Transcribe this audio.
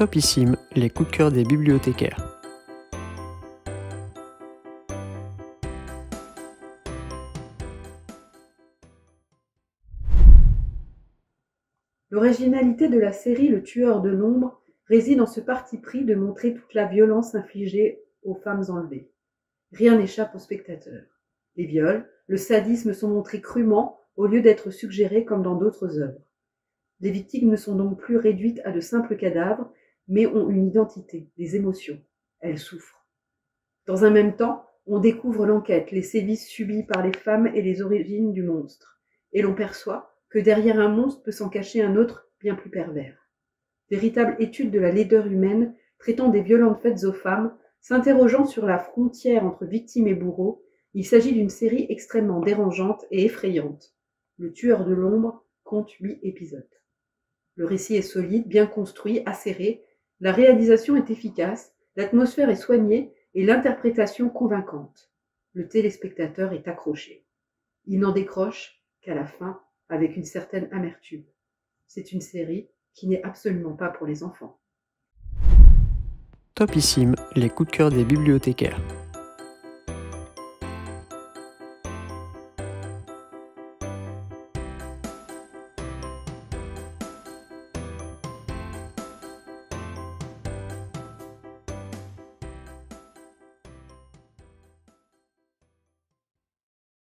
Topissime, les coups de cœur des bibliothécaires. L'originalité de la série Le Tueur de l'ombre réside dans ce parti pris de montrer toute la violence infligée aux femmes enlevées. Rien n'échappe aux spectateurs. Les viols, le sadisme sont montrés crûment au lieu d'être suggérés comme dans d'autres œuvres. Les victimes ne sont donc plus réduites à de simples cadavres, mais ont une identité, des émotions. Elles souffrent. Dans un même temps, on découvre l'enquête, les sévices subis par les femmes et les origines du monstre, et l'on perçoit que derrière un monstre peut s'en cacher un autre bien plus pervers. Véritable étude de la laideur humaine, traitant des violences faites aux femmes, s'interrogeant sur la frontière entre victime et bourreau, il s'agit d'une série extrêmement dérangeante et effrayante. Le Tueur de l'ombre compte 8 épisodes. Le récit est solide, bien construit, acéré, la réalisation est efficace, l'atmosphère est soignée et l'interprétation convaincante. Le téléspectateur est accroché. Il n'en décroche qu'à la fin avec une certaine amertume. C'est une série qui n'est absolument pas pour les enfants. Topissime, les coups de cœur des bibliothécaires.